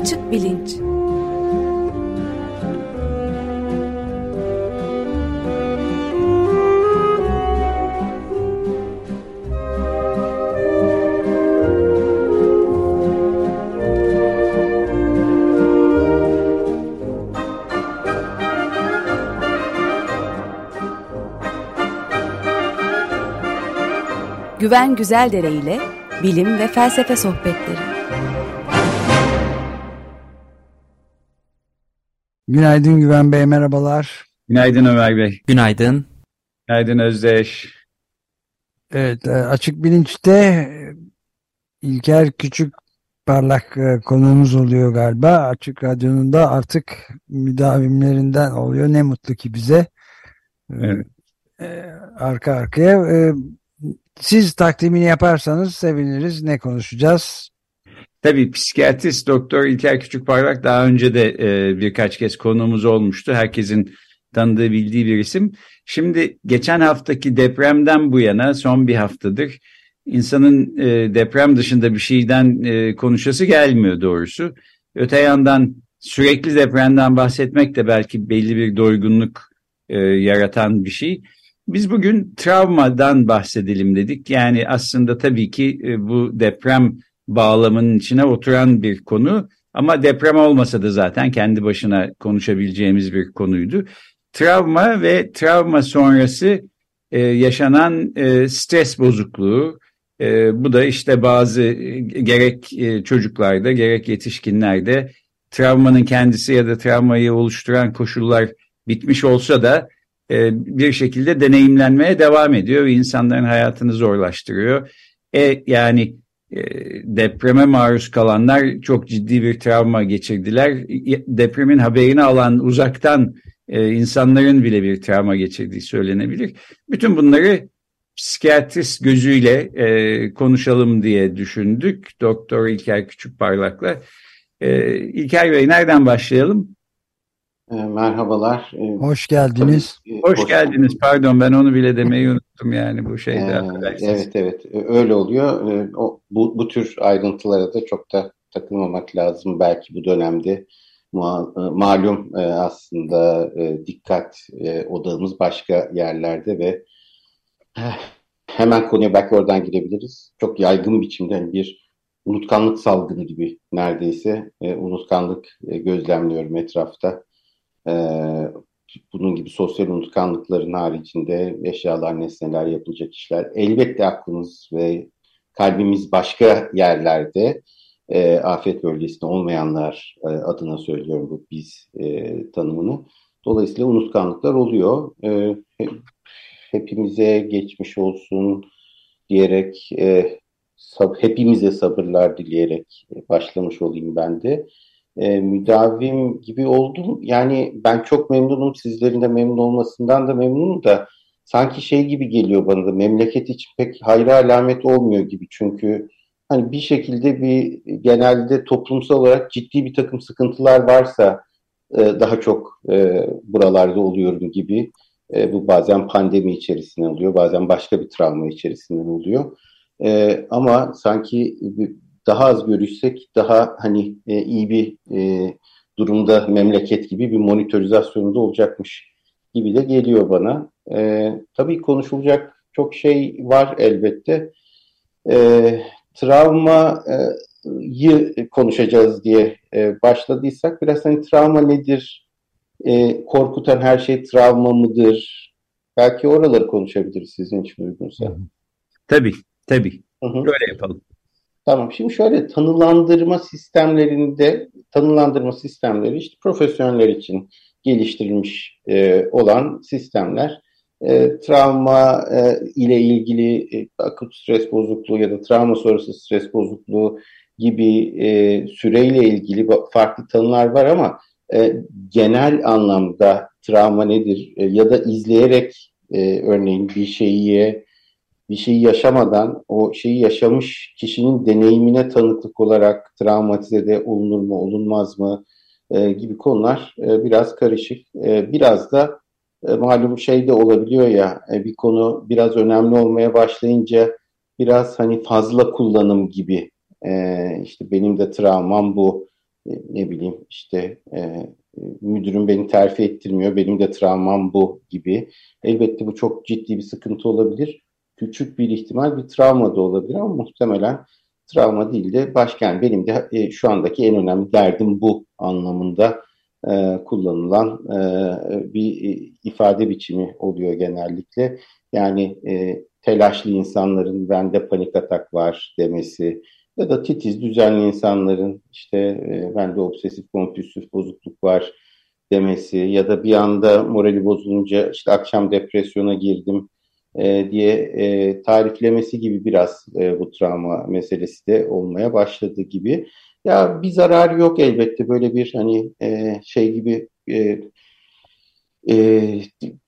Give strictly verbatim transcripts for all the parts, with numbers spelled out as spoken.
Açık Bilinç. Güven Güzeldere ile bilim ve felsefe sohbetleri. Günaydın Güven Bey, merhabalar. Günaydın Ömer Bey. Günaydın. Günaydın Özdeş. Evet, Açık Bilinç'te İlker Küçük Parlak konuğumuz oluyor galiba. Açık Radyo'nun da artık müdavimlerinden oluyor. Ne mutlu ki bize. Evet. Arka arkaya. Siz takdimini yaparsanız seviniriz. Ne konuşacağız? Tabii psikiyatrist Doktor İlker Küçükparlak daha önce de e, birkaç kez konuğumuz olmuştu. Herkesin tanıdığı, bildiği bir isim. Şimdi geçen haftaki depremden bu yana son bir haftadır insanın e, deprem dışında bir şeyden e, konuşası gelmiyor doğrusu. Öte yandan sürekli depremden bahsetmek de belki belli bir doygunluk e, yaratan bir şey. Biz bugün travmadan bahsedelim dedik. Yani aslında tabii ki e, bu deprem bağlamının içine oturan bir konu. Ama deprem olmasa da zaten kendi başına konuşabileceğimiz bir konuydu. Travma ve travma sonrası e, yaşanan e, stres bozukluğu. E, bu da işte bazı e, gerek e, çocuklarda gerek yetişkinlerde travmanın kendisi ya da travmayı oluşturan koşullar bitmiş olsa da e, bir şekilde deneyimlenmeye devam ediyor ve insanların hayatını zorlaştırıyor. E, yani e, depreme maruz kalanlar çok ciddi bir travma geçirdiler. Depremin haberini alan uzaktan e, insanların bile bir travma geçirdiği söylenebilir. Bütün bunları psikiyatrist gözüyle e, konuşalım diye düşündük. Doktor İlker Küçükparlak'la. E, İlker Bey, nereden başlayalım? Merhabalar. Hoş geldiniz. Tabii, hoş, hoş geldiniz. Bulduk. Pardon, ben onu bile demeyi unuttum yani bu şeyde. Ee, evet evet öyle oluyor. Ee, o, bu, bu tür ayrıntılara da çok da takılmamak lazım. Belki bu dönemde ma, malum e, aslında e, dikkat e, odağımız başka yerlerde ve eh, hemen konuya belki oradan girebiliriz. Çok yaygın biçimde hani bir unutkanlık salgını gibi neredeyse e, unutkanlık e, gözlemliyorum etrafta. Ee, bunun gibi sosyal unutkanlıkların haricinde eşyalar, nesneler, yapılacak işler. Elbette aklımız ve kalbimiz başka yerlerde. E, afet bölgesinde olmayanlar e, adına söylüyorum bu biz e, tanımını. Dolayısıyla unutkanlıklar oluyor. E, hepimize geçmiş olsun diyerek, e, sab- hepimize sabırlar dileyerek başlamış olayım ben de. E, müdavim gibi oldum. Yani ben çok memnunum. Sizlerin de memnun olmasından da memnunum da sanki şey gibi geliyor bana da memleket için pek hayra alamet olmuyor gibi. Çünkü hani bir şekilde bir genelde toplumsal olarak ciddi bir takım sıkıntılar varsa e, daha çok e, buralarda oluyorum gibi. E, bu bazen pandemi içerisinden oluyor. Bazen başka bir travma içerisinden oluyor. E, ama sanki daha az görüşsek daha hani e, iyi bir e, durumda memleket gibi bir monitorizasyonu da olacakmış gibi de geliyor bana. E, tabii konuşulacak çok şey var elbette. E, travmayı konuşacağız diye e, başladıysak biraz hani travma nedir? E, korkutan her şey travma mıdır? Belki oraları konuşabiliriz sizin için uygunsa. Tabii, tabii. Hı hı. Böyle yapalım. Tamam. Şimdi şöyle tanılandırma sistemlerinde tanılandırma sistemleri işte profesyoneller için geliştirilmiş e, olan sistemler. E, travma e, ile ilgili e, akut stres bozukluğu ya da travma sonrası stres bozukluğu gibi e, süreyle ilgili farklı tanılar var ama e, genel anlamda travma nedir e, ya da izleyerek e, örneğin bir şeyi bir şeyi yaşamadan o şeyi yaşamış kişinin deneyimine tanıklık olarak travmatize de olunur mu olunmaz mı e, gibi konular e, biraz karışık. E, biraz da e, malum şey de olabiliyor ya e, bir konu biraz önemli olmaya başlayınca biraz hani fazla kullanım gibi e, işte benim de travmam bu e, ne bileyim işte e, müdürüm beni terfi ettirmiyor, benim de travmam bu gibi. Elbette bu çok ciddi bir sıkıntı olabilir. Küçük bir ihtimal bir travma da olabilir ama muhtemelen travma değil de başka. Yani benim de e, şu andaki en önemli derdim bu anlamında e, kullanılan e, bir e, ifade biçimi oluyor genellikle. Yani e, telaşlı insanların bende panik atak var demesi ya da titiz düzenli insanların işte e, bende obsesif kompulsif bozukluk var demesi ya da bir anda morali bozulunca işte akşam depresyona girdim e, diye e, tariflemesi gibi biraz e, bu travma meselesi de olmaya başladı gibi. Ya bir zararı yok elbette böyle bir hani e, şey gibi e, e,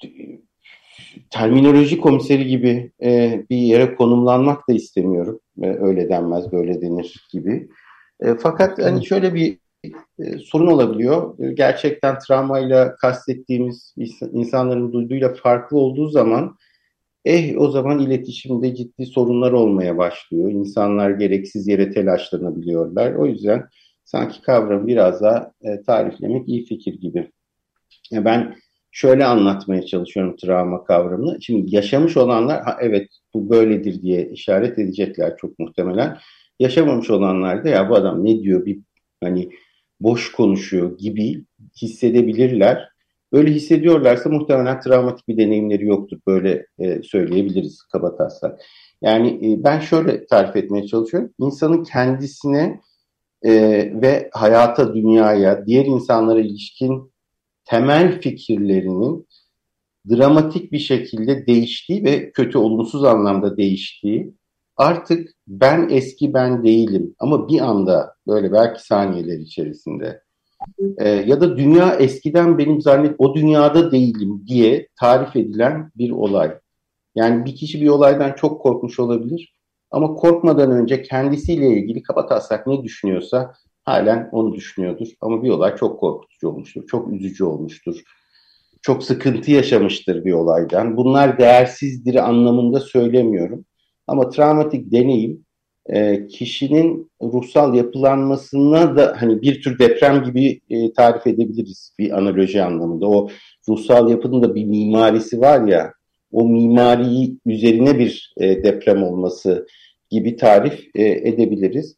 terminoloji komiseri gibi e, bir yere konumlanmak da istemiyorum. E, öyle denmez, böyle denir gibi. E, fakat hani şöyle bir e, sorun olabiliyor. E, gerçekten travmayla kastettiğimiz insanların duyduğuyla farklı olduğu zaman eh o zaman iletişimde ciddi sorunlar olmaya başlıyor. İnsanlar gereksiz yere telaşlanabiliyorlar. O yüzden sanki kavramı biraz daha e, tariflemek iyi fikir gibi. Ya ben şöyle anlatmaya çalışıyorum travma kavramını. Şimdi yaşamış olanlar ha, evet bu böyledir diye işaret edecekler çok muhtemelen. Yaşamamış olanlar da ya bu adam ne diyor bir hani boş konuşuyor gibi hissedebilirler. Öyle hissediyorlarsa muhtemelen travmatik bir deneyimleri yoktur. Böyle e, söyleyebiliriz kabataslak. Yani e, ben şöyle tarif etmeye çalışıyorum. İnsanın kendisine e, ve hayata, dünyaya, diğer insanlara ilişkin temel fikirlerinin dramatik bir şekilde değiştiği ve kötü olumsuz anlamda değiştiği, artık ben eski ben değilim ama bir anda böyle belki saniyeler içerisinde e, ya da dünya eskiden benim zannet o dünyada değilim diye tarif edilen bir olay. Yani bir kişi bir olaydan çok korkmuş olabilir ama korkmadan önce kendisiyle ilgili kabataslak ne düşünüyorsa halen onu düşünüyordur. Ama bir olay çok korkutucu olmuştur, çok üzücü olmuştur, çok sıkıntı yaşamıştır bir olaydan. Bunlar değersizdir anlamında söylemiyorum. Ama travmatik deneyim e, kişinin ruhsal yapılanmasına da hani bir tür deprem gibi e, tarif edebiliriz bir analoji anlamında. O ruhsal yapının da bir mimarisi var ya, o mimariyi üzerine bir e, deprem olması gibi tarif e, edebiliriz.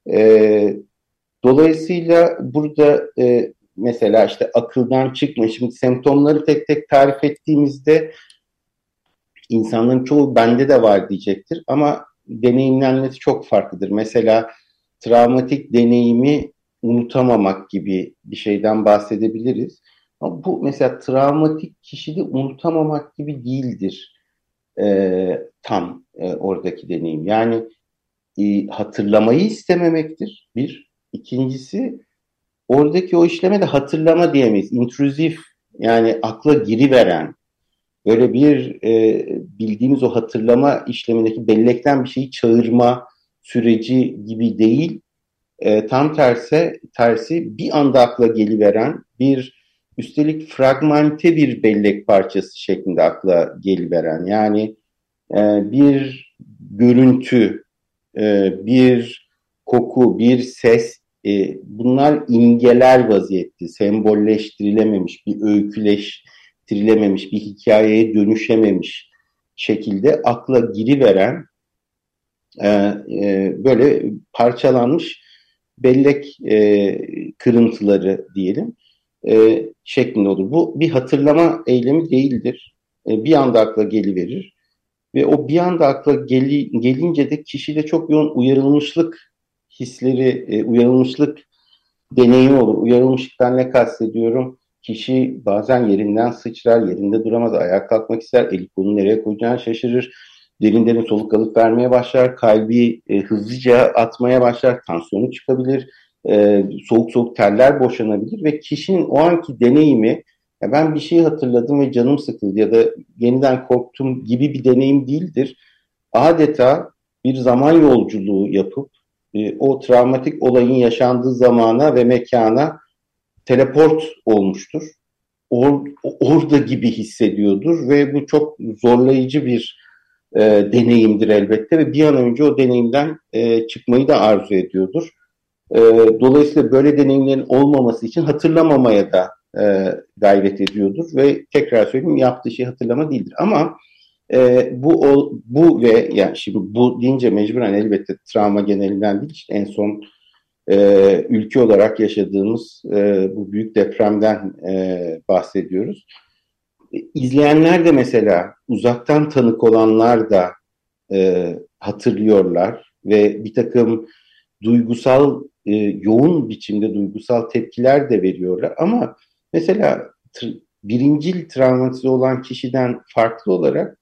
E, Dolayısıyla burada e, mesela işte akıldan çıkma, şimdi semptomları tek tek tarif ettiğimizde insanların çoğu bende de var diyecektir ama deneyimlenmesi çok farklıdır. Mesela travmatik deneyimi unutamamak gibi bir şeyden bahsedebiliriz. Ama bu mesela travmatik kişide unutamamak gibi değildir e, tam e, oradaki deneyim. Yani e, hatırlamayı istememektir bir. İkincisi oradaki o işleme de hatırlama diyemeyiz. İntrüzif yani akla giriveren böyle bir e, bildiğimiz o hatırlama işlemindeki bellekten bir şeyi çağırma süreci gibi değil. E, tam tersi, tersi bir anda akla geliveren bir üstelik fragmente bir bellek parçası şeklinde akla geliveren yani e, bir görüntü, e, bir koku, bir ses e, bunlar imgeler vaziyette, sembolleştirilememiş, bir öyküleştirilememiş, bir hikayeye dönüşememiş şekilde akla giriveren e, e, böyle parçalanmış bellek e, kırıntıları diyelim e, şeklinde olur. Bu bir hatırlama eylemi değildir. E, bir anda akla geliverir. Ve o bir anda akla geli, gelince de kişide çok yoğun uyarılmışlık hisleri, e, uyarılmışlık deneyimi olur. Uyarılmışlıktan ne kastediyorum? Kişi bazen yerinden sıçrar, yerinde duramaz, ayağa kalkmak ister, eli kolunu nereye koyacağını şaşırır. Derin derin soluk alıp vermeye başlar, kalbi e, hızlıca atmaya başlar, tansiyonu çıkabilir, e, soğuk soğuk terler boşanabilir ve kişinin o anki deneyimi ya ben bir şey hatırladım ve canım sıkıldı ya da yeniden korktum gibi bir deneyim değildir. Adeta bir zaman yolculuğu yapıp e, o travmatik olayın yaşandığı zamana ve mekana teleport olmuştur. Or, orada gibi hissediyordur ve bu çok zorlayıcı bir e, deneyimdir elbette ve bir an önce o deneyimden e, çıkmayı da arzu ediyordur. E, dolayısıyla böyle deneyimlerin olmaması için hatırlamamaya da e, gayret ediyordur ve tekrar söyleyeyim, yaptığı şey hatırlama değildir. Ama e, bu o, bu ve yani şimdi bu deyince mecburen elbette travma genelinden değil, işte en son e, ülke olarak yaşadığımız e, bu büyük depremden e, bahsediyoruz. E, İzleyenler de mesela, uzaktan tanık olanlar da e, hatırlıyorlar ve bir takım duygusal, e, yoğun biçimde duygusal tepkiler de veriyorlar. Ama mesela tr- birincil travmatize olan kişiden farklı olarak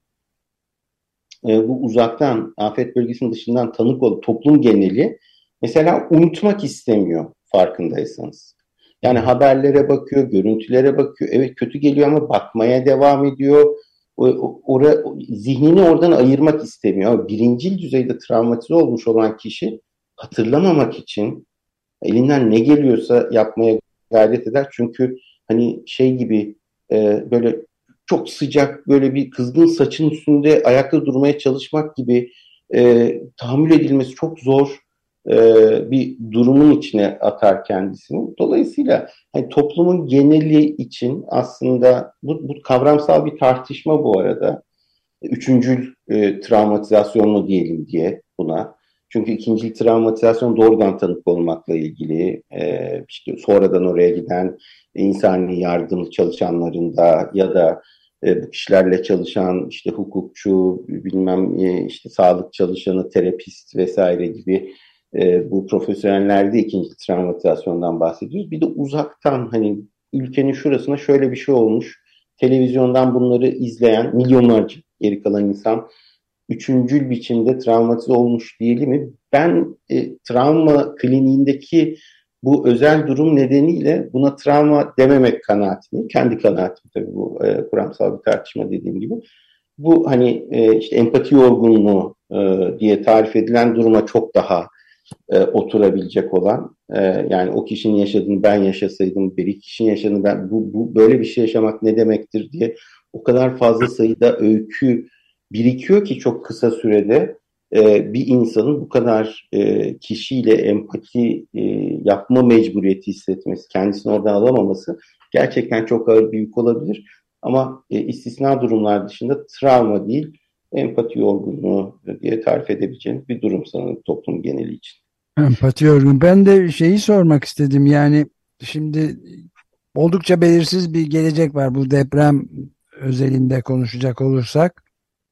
e, bu uzaktan, afet bölgesinin dışından tanık olan toplum geneli mesela unutmak istemiyor, farkındaysanız. Yani haberlere bakıyor, görüntülere bakıyor. Evet, kötü geliyor ama bakmaya devam ediyor. O, o, ora, zihnini oradan ayırmak istemiyor. Ama birincil düzeyde travmatize olmuş olan kişi hatırlamamak için elinden ne geliyorsa yapmaya gayret eder. Çünkü hani şey gibi, e, böyle çok sıcak, böyle bir kızgın saçın üstünde ayakta durmaya çalışmak gibi e, tahammül edilmesi çok zor e, bir durumun içine atar kendisini. Dolayısıyla hani toplumun geneli için aslında bu, bu kavramsal bir tartışma bu arada. Üçüncül e, travmatizasyonlu diyelim diye buna. Çünkü ikinci travmatizasyon doğrudan tanık olmakla ilgili, e, işte sonradan oraya giden insani yardım çalışanlarında ya da e, bu kişilerle çalışan işte hukukçu, bilmem e, işte sağlık çalışanı, terapist vesaire gibi e, bu profesyonellerde ikinci travmatizasyondan bahsediyoruz. Bir de uzaktan, hani ülkenin şurasına şöyle bir şey olmuş, televizyondan bunları izleyen milyonlarca geri kalan insan üçüncül biçimde travmatize olmuş değil mi? Ben e, travma kliniğindeki bu özel durum nedeniyle buna travma dememek kanaatini, kendi kanaatim tabii, bu e, kuramsal bir tartışma dediğim gibi. Bu hani e, işte empati yorgunluğu e, diye tarif edilen duruma çok daha e, oturabilecek olan, e, yani o kişinin yaşadığını ben yaşasaydım, bir kişinin yaşadığını ben, bu, bu böyle bir şey yaşamak ne demektir diye o kadar fazla sayıda öykü birikiyor ki çok kısa sürede e, bir insanın bu kadar e, kişiyle empati e, yapma mecburiyeti hissetmesi, kendisini oradan alamaması gerçekten çok ağır bir yük olabilir. Ama e, istisna durumlar dışında travma değil, empati yorgunluğu diye tarif edebileceğimiz bir durum sanırım toplum geneli için. Empati yorgun. Ben de şeyi sormak istedim. Yani şimdi oldukça belirsiz bir gelecek var. Bu deprem özelinde konuşacak olursak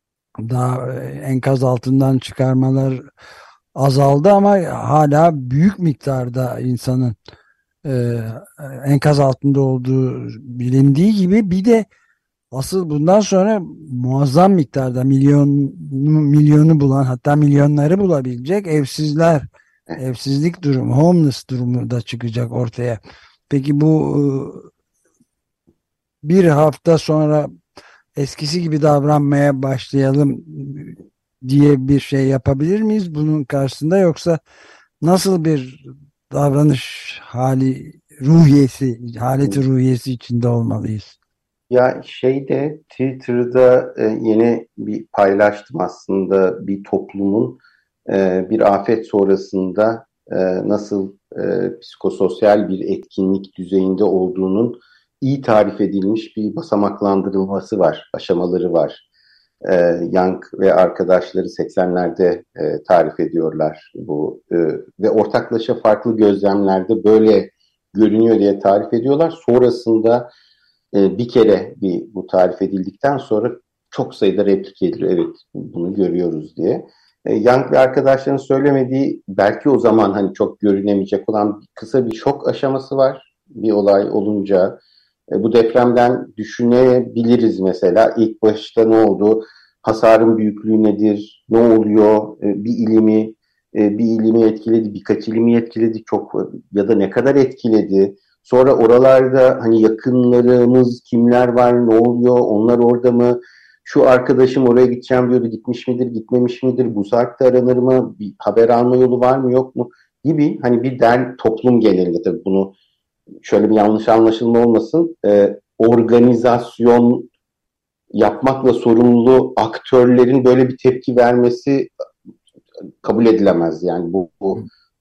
daha e, enkaz altından çıkarmalar azaldı ama hala büyük miktarda insanın e, enkaz altında olduğu bilindiği gibi, bir de asıl bundan sonra muazzam miktarda milyon milyonu bulan, hatta milyonları bulabilecek evsizler, evsizlik durumu, homeless durumu da çıkacak ortaya. Peki bu e, bir hafta sonra eskisi gibi davranmaya başlayalım diye bir şey yapabilir miyiz bunun karşısında, yoksa nasıl bir davranış hali, ruhiyesi, haleti ruhiyesi içinde olmalıyız? Ya şeyde Twitter'da e, yeni bir paylaştım aslında, bir toplumun e, bir afet sonrasında e, nasıl e, psikososyal bir etkinlik düzeyinde olduğunun iyi tarif edilmiş bir basamaklandırılması var, aşamaları var. E, Young ve arkadaşları seksenlerde e, tarif ediyorlar bu e, ve ortaklaşa farklı gözlemlerde böyle görünüyor diye tarif ediyorlar. Sonrasında e, bir kere bir bu tarif edildikten sonra çok sayıda replik ediliyor. Evet, bunu görüyoruz diye. E, Young ve arkadaşlarının söylemediği, belki o zaman hani çok görünemeyecek olan kısa bir şok aşaması var. Bir olay olunca e, bu depremden düşünebiliriz mesela. İlk başta ne oldu? Hasarın büyüklüğü nedir? Ne oluyor? E, bir ilimi e, bir ilimi etkiledi, birkaç ilimi etkiledi, çok ya da ne kadar etkiledi? Sonra oralarda hani yakınlarımız kimler var, ne oluyor, onlar orada mı? Şu arkadaşım oraya gideceğim diyordu, gitmiş midir, gitmemiş midir? Bu saatte aranır mı? Bir haber alma yolu var mı, yok mu? Gibi hani bir der toplum genelinde, tabii bunu şöyle bir yanlış anlaşılma olmasın. E, organizasyon yapmakla sorumlu aktörlerin böyle bir tepki vermesi kabul edilemez. Yani bu, bu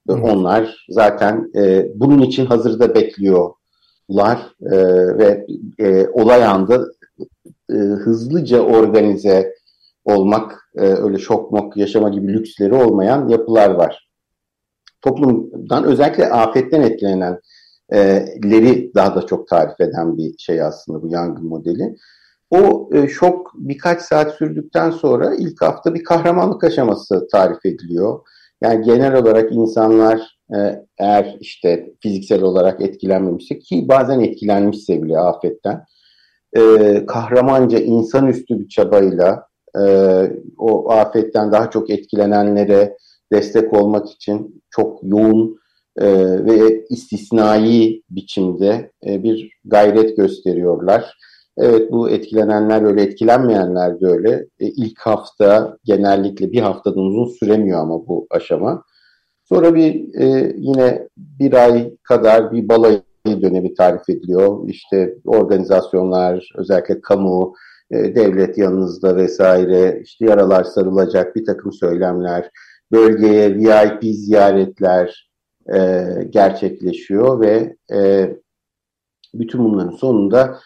Evet. Onlar zaten e, bunun için hazırda bekliyorlar e, ve e, olay anda e, hızlıca organize olmak, e, öyle şok mok yaşama gibi lüksleri olmayan yapılar var. Toplumdan, özellikle afetten etkilenenleri daha da çok tarif eden bir şey aslında bu yangın modeli. O e, şok birkaç saat sürdükten sonra ilk hafta bir kahramanlık aşaması tarif ediliyor. Yani genel olarak insanlar e, eğer işte fiziksel olarak etkilenmemişse, ki bazen etkilenmişse bile afetten, e, kahramanca insanüstü bir çabayla e, o afetten daha çok etkilenenlere destek olmak için çok yoğun e, ve istisnai biçimde e, bir gayret gösteriyorlar. Evet, bu etkilenenler öyle, etkilenmeyenler de öyle. E, ilk hafta genellikle bir haftadan uzun süremiyor ama bu aşama. Sonra bir e, yine bir ay kadar bir balayı dönemi tarif ediliyor. İşte organizasyonlar, özellikle kamu, e, devlet yanınızda vesaire, işte yaralar sarılacak bir takım söylemler, bölgeye V I P ziyaretler e, gerçekleşiyor ve e, bütün bunların sonunda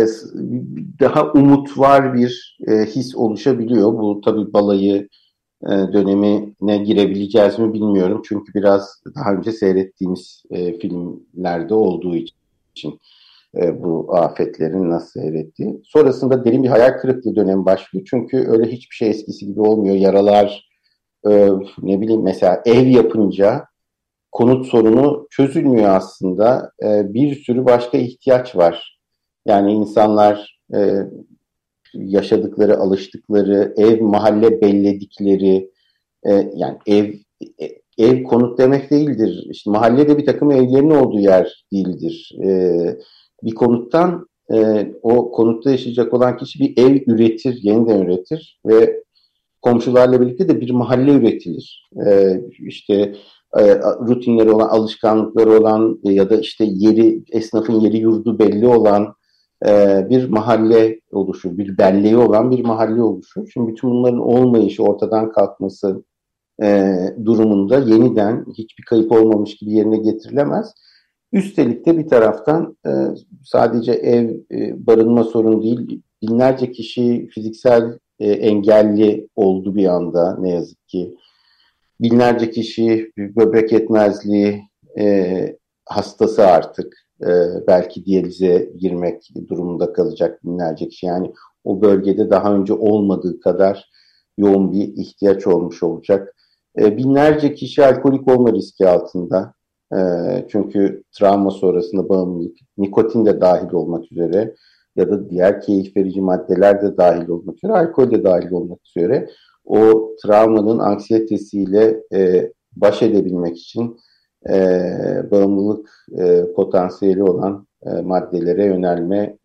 daha umut var bir e, his oluşabiliyor. Bu tabii balayı e, dönemine girebileceğiz mi bilmiyorum. Çünkü biraz daha önce seyrettiğimiz e, filmlerde olduğu için e, bu afetlerin nasıl seyrettiği. Sonrasında derin bir hayal kırıklığı dönemi başlıyor. Çünkü öyle hiçbir şey eskisi gibi olmuyor. Yaralar, e, ne bileyim, mesela ev yapınca konut sorunu çözülmüyor aslında. E, bir sürü başka ihtiyaç var. Yani insanlar e, yaşadıkları, alıştıkları, ev, mahalle belledikleri, e, yani ev e, ev konut demek değildir. İşte mahallede bir takım evlerin olduğu yer değildir. E, bir konuttan e, o konutta yaşayacak olan kişi bir ev üretir, yeniden üretir ve komşularla birlikte de bir mahalle üretilir. E, işte e, rutinleri olan, alışkanlıkları olan e, ya da işte yeri, esnafın yeri yurdu belli olan bir mahalle oluşur, bir belleği olan bir mahalle oluşur. Şimdi bütün bunların olmayışı, ortadan kalkması e, durumunda yeniden hiçbir kayıp olmamış gibi yerine getirilemez. Üstelik de bir taraftan e, sadece ev, e, barınma sorunu değil, binlerce kişi fiziksel e, engelli oldu bir anda ne yazık ki. Binlerce kişi böbrek yetmezliği e, hastası artık. Ee, belki diyalize girmek durumunda kalacak binlerce kişi. Yani o bölgede daha önce olmadığı kadar yoğun bir ihtiyaç olmuş olacak. Ee, binlerce kişi alkolik olma riski altında. Ee, çünkü travma sonrasında bağımlılık, nikotin de dahil olmak üzere ya da diğer keyif verici maddeler de dahil olmak üzere, alkol de dahil olmak üzere o travmanın anksiyetesiyle e, baş edebilmek için E, bağımlılık e, potansiyeli olan e, maddelere yönelme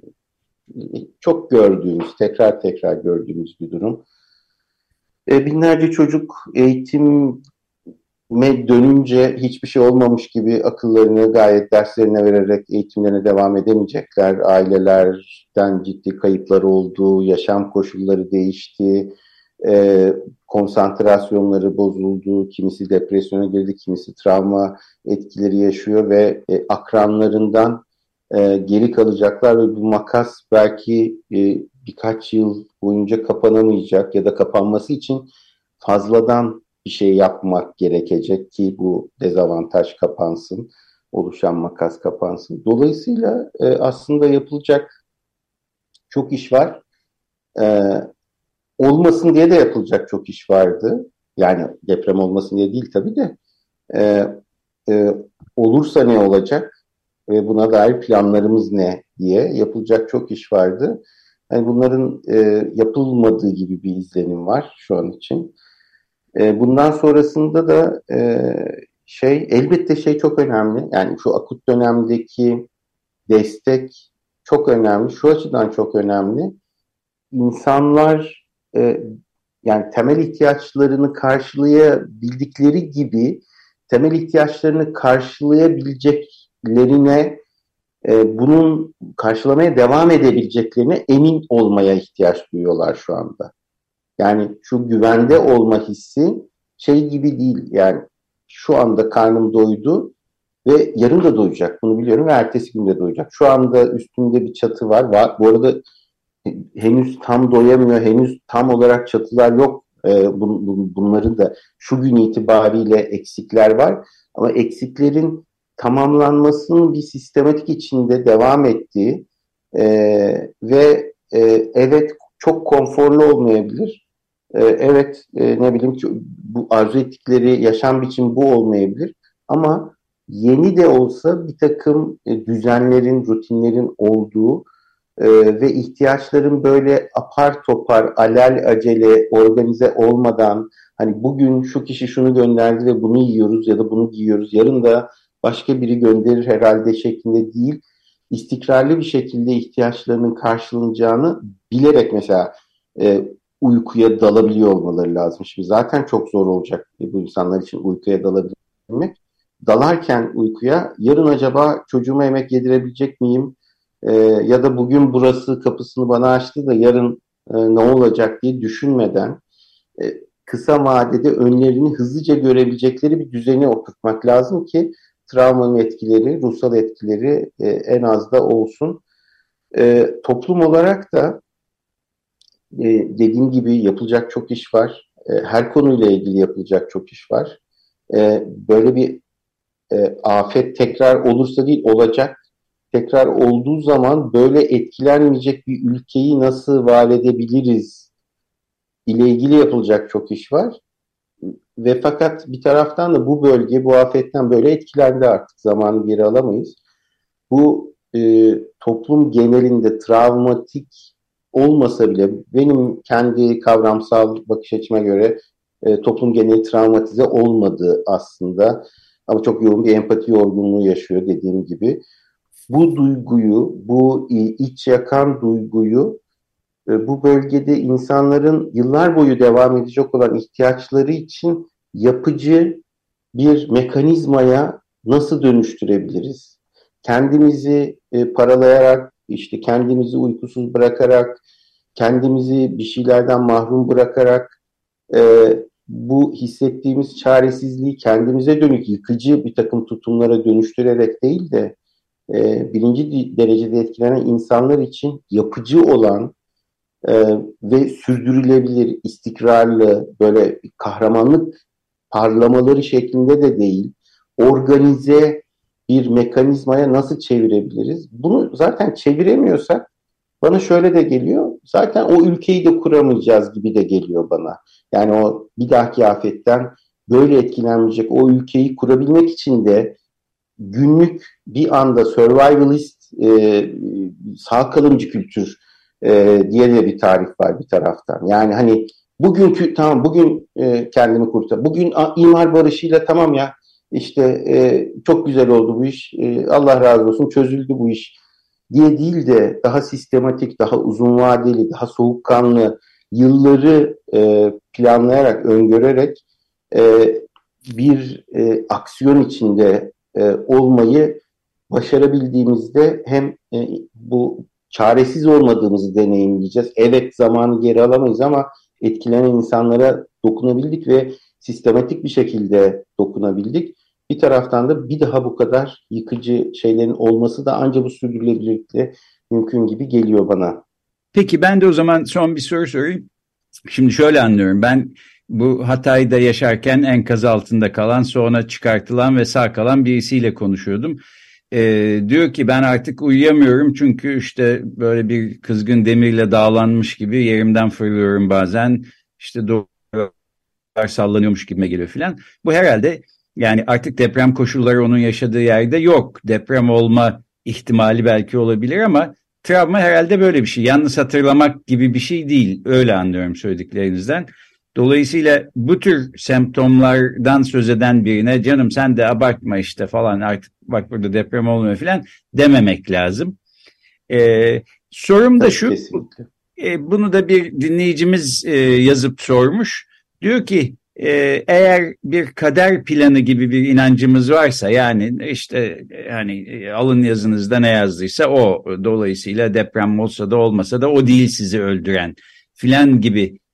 çok gördüğümüz, tekrar tekrar gördüğümüz bir durum. E, binlerce çocuk eğitime dönünce hiçbir şey olmamış gibi akıllarını gayet derslerine vererek eğitimlerine devam edemeyecekler. Ailelerden ciddi kayıplar oldu, yaşam koşulları değişti. E, konsantrasyonları bozuldu, kimisi depresyona girdi, kimisi travma etkileri yaşıyor ve e, akranlarından e, geri kalacaklar ve bu makas belki e, birkaç yıl boyunca kapanamayacak ya da kapanması için fazladan bir şey yapmak gerekecek ki bu dezavantaj kapansın, oluşan makas kapansın. Dolayısıyla e, aslında yapılacak çok iş var. E, Olmasın diye de yapılacak çok iş vardı. Yani deprem olmasın diye değil tabii de. E, e, olursa ne olacak ve buna dair planlarımız ne diye yapılacak çok iş vardı. Yani bunların e, yapılmadığı gibi bir izlenim var şu an için. E, bundan sonrasında da e, şey elbette şey çok önemli. Yani şu akut dönemdeki destek çok önemli. Şu açıdan çok önemli. İnsanlar e, yani temel ihtiyaçlarını karşılayabildikleri gibi temel ihtiyaçlarını karşılayabileceklerine, e, bunun karşılamaya devam edebileceklerine emin olmaya ihtiyaç duyuyorlar şu anda. Yani şu güvende olma hissi şey gibi değil, yani şu anda karnım doydu ve yarın da doyacak, bunu biliyorum, ve ertesi gün de doyacak. Şu anda üstünde bir çatı var. var. Bu arada henüz tam doyamıyor, henüz tam olarak çatılar yok. Ee, bun, bun, bunların da şu gün itibariyle eksikler var. Ama eksiklerin tamamlanmasının bir sistematik içinde devam ettiği e, ve e, evet çok konforlu olmayabilir. E, evet e, ne bileyim bu arzu ettikleri yaşam biçimi bu olmayabilir. Ama yeni de olsa bir takım e, düzenlerin, rutinlerin olduğu e, ve ihtiyaçların böyle apar topar, alel acele, organize olmadan, hani bugün şu kişi şunu gönderdi ve bunu yiyoruz ya da bunu giyiyoruz, yarın da başka biri gönderir herhalde şeklinde değil, istikrarlı bir şekilde ihtiyaçlarının karşılanacağını bilerek mesela e, uykuya dalabiliyor olmaları lazım. Şimdi zaten çok zor olacak bu insanlar için uykuya dalabilmek. Dalarken uykuya yarın acaba çocuğuma yemek yedirebilecek miyim? Ee, ya da bugün burası kapısını bana açtı da yarın e, ne olacak diye düşünmeden e, kısa vadede önlerini hızlıca görebilecekleri bir düzeni oturtmak lazım ki travmanın etkileri, ruhsal etkileri e, en az da olsun. E, toplum olarak da e, dediğim gibi yapılacak çok iş var. E, her konuyla ilgili yapılacak çok iş var. E, böyle bir e, afet tekrar olursa değil, olacak. Tekrar olduğu zaman böyle etkilenmeyecek bir ülkeyi nasıl var edebiliriz ile ilgili yapılacak çok iş var. Ve fakat bir taraftan da bu bölge bu afetten böyle etkilendi, artık zamanı geri alamayız. Bu e, toplum genelinde travmatik olmasa bile benim kendi kavramsal bakış açıma göre e, toplum geneli travmatize olmadı aslında. Ama çok yoğun bir empati yorgunluğu yaşıyor dediğim gibi. Bu duyguyu, bu iç yakan duyguyu bu bölgede insanların yıllar boyu devam edecek olan ihtiyaçları için yapıcı bir mekanizmaya nasıl dönüştürebiliriz? Kendimizi paralayarak, işte kendimizi uykusuz bırakarak, kendimizi bir şeylerden mahrum bırakarak bu hissettiğimiz çaresizliği kendimize dönük yıkıcı bir takım tutumlara dönüştürerek değil de e, birinci derecede etkilenen insanlar için yapıcı olan e, ve sürdürülebilir, istikrarlı, böyle kahramanlık parlamaları şeklinde de değil, organize bir mekanizmaya nasıl çevirebiliriz? Bunu zaten çeviremiyorsak bana şöyle de geliyor, zaten o ülkeyi de kuramayacağız gibi de geliyor bana. Yani o bir dahaki afetten böyle etkilenmeyecek o ülkeyi kurabilmek için de günlük bir anda survivalist e, sağ kalımcı kültür e, diye de bir tarif var bir taraftan. Yani hani bugünkü tamam bugün e, kendimi kurtar. Bugün a, imar barışıyla tamam ya işte e, çok güzel oldu bu iş. E, Allah razı olsun çözüldü bu iş diye değil de daha sistematik, daha uzun vadeli, daha soğukkanlı yılları e, planlayarak, öngörerek e, bir e, aksiyon içinde e, olmayı başarabildiğimizde hem e, bu çaresiz olmadığımızı deneyimleyeceğiz. Evet zamanı geri alamayız ama etkilenen insanlara dokunabildik ve sistematik bir şekilde dokunabildik. Bir taraftan da bir daha bu kadar yıkıcı şeylerin olması da ancak bu sürdürülebilirlikle mümkün gibi geliyor bana. Peki ben de o zaman son bir soru sorayım. Şimdi şöyle anlıyorum, ben bu Hatay'da yaşarken enkaz altında kalan, sonra çıkartılan ve sağ kalan birisiyle konuşuyordum. Ee, diyor ki ben artık uyuyamıyorum çünkü işte böyle bir kızgın demirle dağlanmış gibi yerimden fırlıyorum bazen, işte duvarlar sallanıyormuş gibime geliyor filan. Bu herhalde yani artık deprem koşulları onun yaşadığı yerde yok. Deprem olma ihtimali belki olabilir ama travma herhalde böyle bir şey. Yalnız hatırlamak gibi bir şey değil. Öyle anlıyorum söylediklerinizden. Dolayısıyla bu tür semptomlardan söz eden birine canım sen de abartma işte falan artık bak burada deprem olmuyor falan dememek lazım. Ee, sorum da şu, e, bunu da bir dinleyicimiz e, yazıp sormuş. Diyor ki e, eğer bir kader planı gibi bir inancımız varsa, yani işte hani e, alın yazınızda ne yazdıysa o, dolayısıyla deprem olsa da olmasa da o değil sizi öldüren filan gibi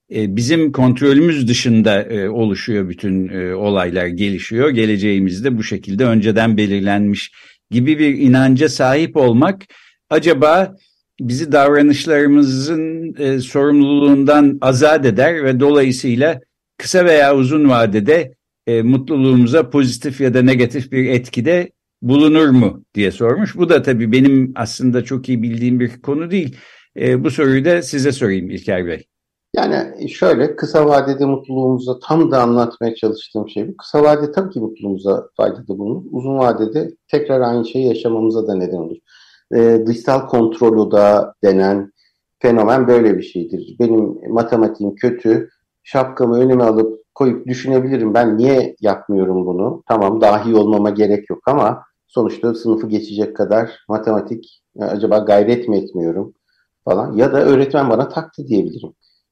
e, bizim kontrolümüz dışında e, oluşuyor bütün e, olaylar, gelişiyor. Geleceğimiz de bu şekilde önceden belirlenmiş gibi bir inanca sahip olmak acaba bizi davranışlarımızın e, sorumluluğundan azat eder ve dolayısıyla kısa veya uzun vadede e, mutluluğumuza pozitif ya da negatif bir etkide bulunur mu diye sormuş. Bu da tabii benim aslında çok iyi bildiğim bir konu değil. E, bu soruyu da size sorayım İlker Bey. Yani şöyle, kısa vadede mutluluğumuza tam da anlatmaya çalıştığım şey bu. Kısa vadede tabii ki mutluluğumuza faydada bulunur. Uzun vadede tekrar aynı şeyi yaşamamıza da neden olur. Ee, dışsal kontrol odağı denen fenomen böyle bir şeydir. Benim matematiğim kötü, şapkamı önüme alıp koyup düşünebilirim. Ben niye yapmıyorum bunu? Tamam, dahi olmama gerek yok ama sonuçta sınıfı geçecek kadar matematik acaba gayret mi etmiyorum falan. Ya da öğretmen bana taktı diyebilirim.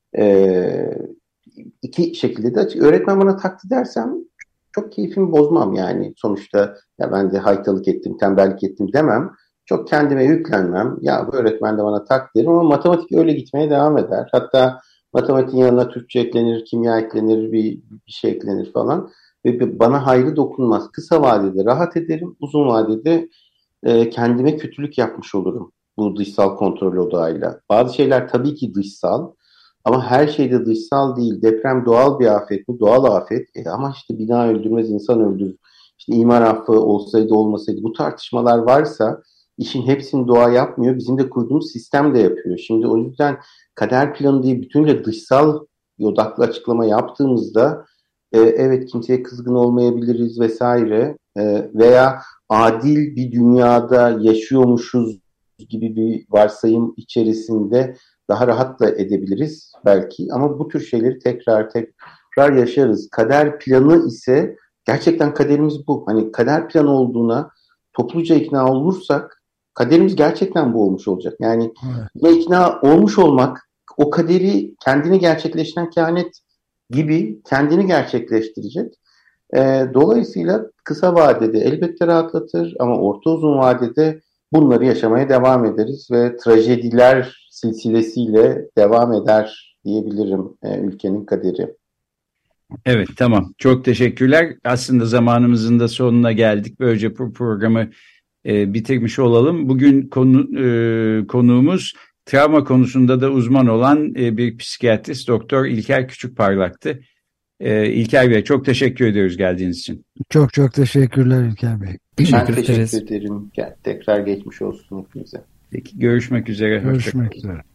Ee, iki şekilde de öğretmen bana taktı dersem çok keyfimi bozmam yani. Sonuçta ya ben de haytalık ettim, tembellik ettim demem. Çok kendime yüklenmem. Ya bu öğretmen de bana tak derim ama matematik öyle gitmeye devam eder. Hatta matematiğin yanına Türkçe eklenir, kimya eklenir, bir, bir şey eklenir falan. Ve bana hayrı dokunmaz. Kısa vadede rahat ederim, uzun vadede e, kendime kötülük yapmış olurum bu dışsal kontrol odağıyla. Bazı şeyler tabii ki dışsal. Ama her şey de dışsal değil. Deprem doğal bir afet mi? Doğal afet. E ama işte bina öldürmez, insan öldürür. İşte imar affı olsaydı olmasaydı. Bu tartışmalar varsa işin hepsini doğa yapmıyor. Bizim de kurduğumuz sistem de yapıyor. Şimdi o yüzden kader planı diye bütünle dışsal odaklı açıklama yaptığımızda e, evet kimseye kızgın olmayabiliriz vesaire e, veya adil bir dünyada yaşıyormuşuz gibi bir varsayım içerisinde daha rahat da edebiliriz belki ama bu tür şeyleri tekrar tekrar yaşarız. Kader planı ise gerçekten kaderimiz bu. Hani kader planı olduğuna topluca ikna olursak kaderimiz gerçekten bu olmuş olacak. Yani evet. ikna olmuş olmak o kaderi kendini gerçekleştiren kehanet gibi kendini gerçekleştirecek. E, dolayısıyla kısa vadede elbette rahatlatır ama orta uzun vadede bunları yaşamaya devam ederiz ve trajediler silsilesiyle devam eder diyebilirim e, ülkenin kaderi. Evet, tamam. Çok teşekkürler. Aslında zamanımızın da sonuna geldik. Böylece bu programı e, bitirmiş olalım. Bugün konu, e, konuğumuz travma konusunda da uzman olan e, bir psikiyatrist Doktor İlker Küçükparlak'tı. E, İlker Bey çok teşekkür ediyoruz geldiğiniz için. Çok çok teşekkürler İlker Bey. Teşekkür ben teşekkür ederim. Tekrar geçmiş olsun hepinize. Peki, görüşmek üzere. Görüşmek üzere.